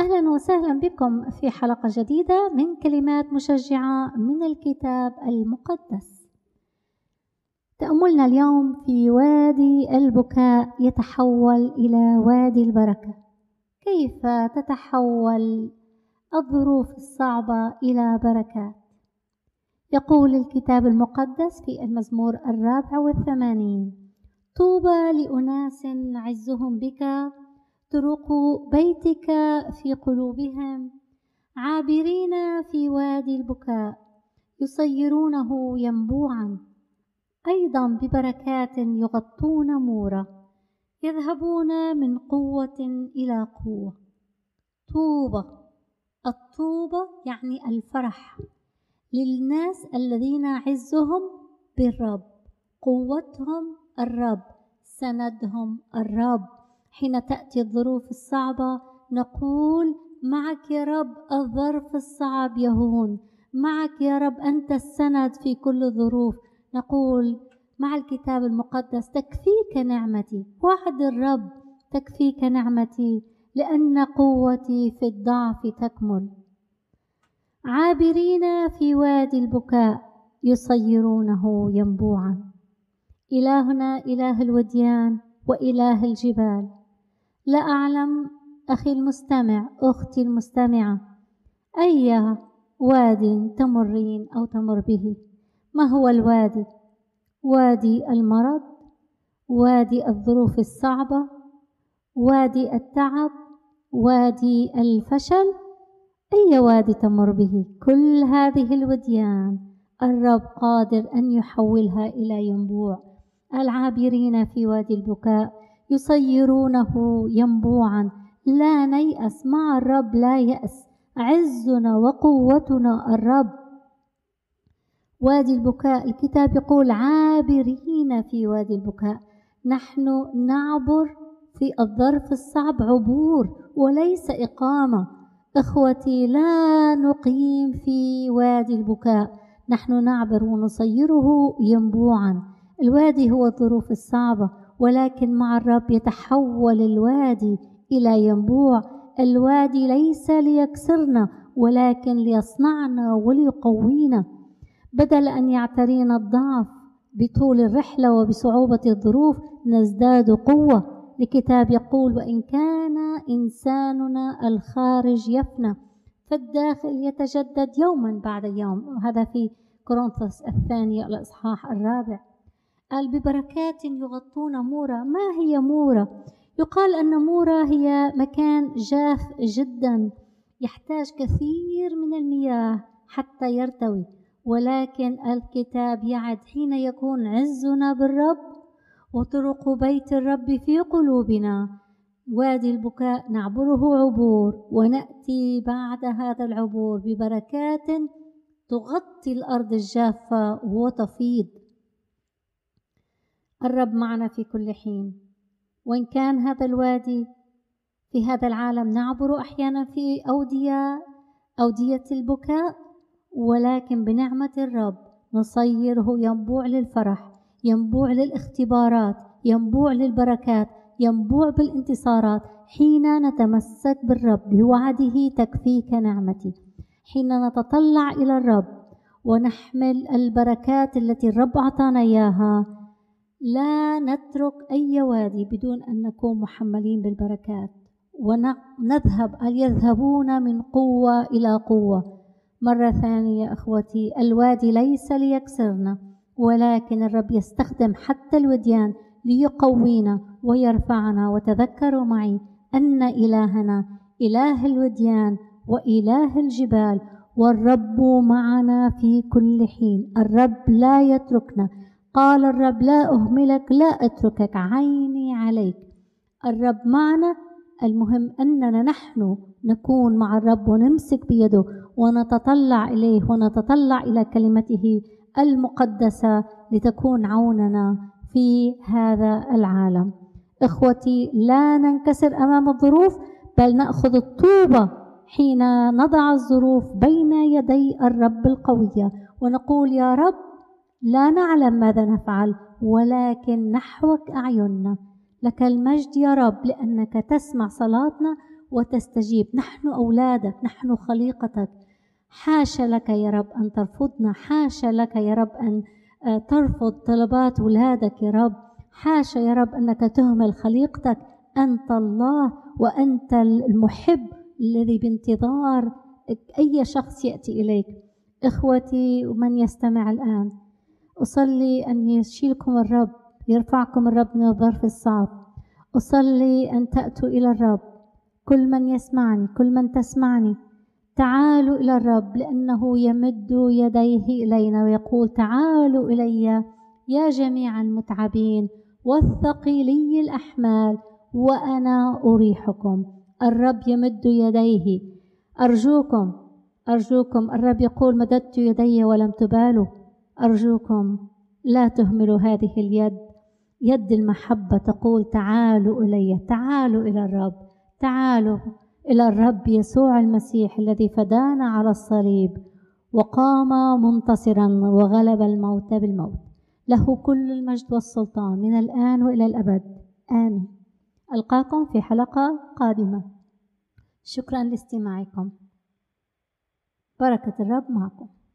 أهلا وسهلا بكم في حلقة جديدة من كلمات مشجعة من الكتاب المقدس. تأملنا اليوم في وادي البكاء يتحول إلى وادي البركة. كيف تتحول الظروف الصعبة إلى بركات؟ يقول الكتاب المقدس في المزمور 84: طوبى لأناس عزهم بك، طرق بيتك في قلوبهم، عابرين في وادي البكاء يصيرونه ينبوعا، أيضا ببركات يغطون مورا، يذهبون من قوة إلى قوة. طوبى، الطوبى يعني الفرح للناس الذين عزهم بالرب، قوتهم الرب، سندهم الرب. حين تأتي الظروف الصعبة نقول معك يا رب الظرف الصعب يهون، معك يا رب أنت السند في كل الظروف. نقول مع الكتاب المقدس تكفيك نعمتي، وعد الرب تكفيك نعمتي لأن قوتي في الضعف تكمل. عابرين في وادي البكاء يصيرونه ينبوعا. إلهنا إله الوديان وإله الجبال. لا أعلم أخي المستمع، أختي المستمعة، أي واد تمرين أو تمر به. ما هو الوادي؟ وادي المرض، وادي الظروف الصعبة، وادي التعب، وادي الفشل، أي وادي تمر به. كل هذه الوديان الرب قادر أن يحولها إلى ينبوع. العابرين في وادي البكاء يصيرونه ينبوعا. لا نيأس، مع الرب لا يأس، عزنا وقوتنا الرب. وادي البكاء، الكتاب يقول عابرين في وادي البكاء. نحن نعبر في الظرف الصعب عبور وليس إقامة. إخوتي، لا نقيم في وادي البكاء، نحن نعبر ونصيره ينبوعا. الوادي هو الظروف الصعبة، ولكن مع الرب يتحول الوادي إلى ينبوع. الوادي ليس ليكسرنا ولكن ليصنعنا وليقوينا. بدل أن يعترينا الضعف بطول الرحلة وبصعوبة الظروف نزداد قوة. الكتاب يقول وإن كان إنساننا الخارج يفنى فالداخل يتجدد يوما بعد يوم. هذا في كورنثوس الثانية الإصحاح 4. قال ببركات يغطون مورا. ما هي مورا؟ يقال أن مورا هي مكان جاف جدا يحتاج كثير من المياه حتى يرتوي، ولكن الكتاب يعد حين يكون عزنا بالرب وطرق بيت الرب في قلوبنا، وادي البكاء نعبره عبور، ونأتي بعد هذا العبور ببركات تغطي الأرض الجافة وتفيض. الرب معنا في كل حين. وإن كان هذا الوادي في هذا العالم نعبر أحيانا في أودية البكاء، ولكن بنعمة الرب نصيره ينبوع للفرح، ينبوع للاختبارات، ينبوع للبركات، ينبوع بالانتصارات. حين نتمسك بالرب بوعده تكفيك نعمتي، حين نتطلع إلى الرب ونحمل البركات التي الرب أعطانا إياها، لا نترك أي وادي بدون أن نكون محملين بالبركات ونذهب. يذهبون من قوة إلى قوة. مرة ثانية أخوتي، الوادي ليس ليكسرنا، ولكن الرب يستخدم حتى الوديان ليقوينا ويرفعنا. وتذكروا معي أن إلهنا إله الوديان وإله الجبال، والرب معنا في كل حين. الرب لا يتركنا. قال الرب لا أهملك، لا أتركك، عيني عليك. الرب معنا. المهم أننا نحن نكون مع الرب ونمسك بيده ونتطلع إليه ونتطلع إلى كلمته المقدسة لتكون عوننا في هذا العالم. إخوتي، لا ننكسر أمام الظروف، بل نأخذ الطوبة حين نضع الظروف بين يدي الرب القوية ونقول يا رب لا نعلم ماذا نفعل، ولكن نحوك أعيننا. لك المجد يا رب لأنك تسمع صلاتنا وتستجيب. نحن أولادك، نحن خليقتك. حاشا لك يا رب أن ترفضنا، حاشا لك يا رب أن ترفض طلبات أولادك يا رب. حاشا يا رب أنك تهمل خليقتك. أنت الله وأنت المحب الذي بانتظار أي شخص يأتي إليك. إخوتي ومن يستمع الآن، أصلي أن يشيلكم الرب، يرفعكم الرب من الظرف الصعب. أصلي أن تأتوا إلى الرب. كل من يسمعني، كل من تسمعني، تعالوا إلى الرب، لأنه يمد يديه إلينا ويقول تعالوا إلي يا جميع المتعبين والثقيلي الأحمال وأنا أريحكم. الرب يمد يديه. أرجوكم أرجوكم، الرب يقول مددت يدي ولم تبالوا. أرجوكم لا تهملوا هذه اليد، يد المحبة تقول تعالوا إلي، تعالوا إلى الرب، تعالوا إلى الرب يسوع المسيح الذي فدانا على الصليب وقام منتصرا وغلب الموت بالموت. له كل المجد والسلطان من الآن وإلى الأبد، آمين. ألقاكم في حلقة قادمة. شكرا لاستماعكم. بركة الرب معكم.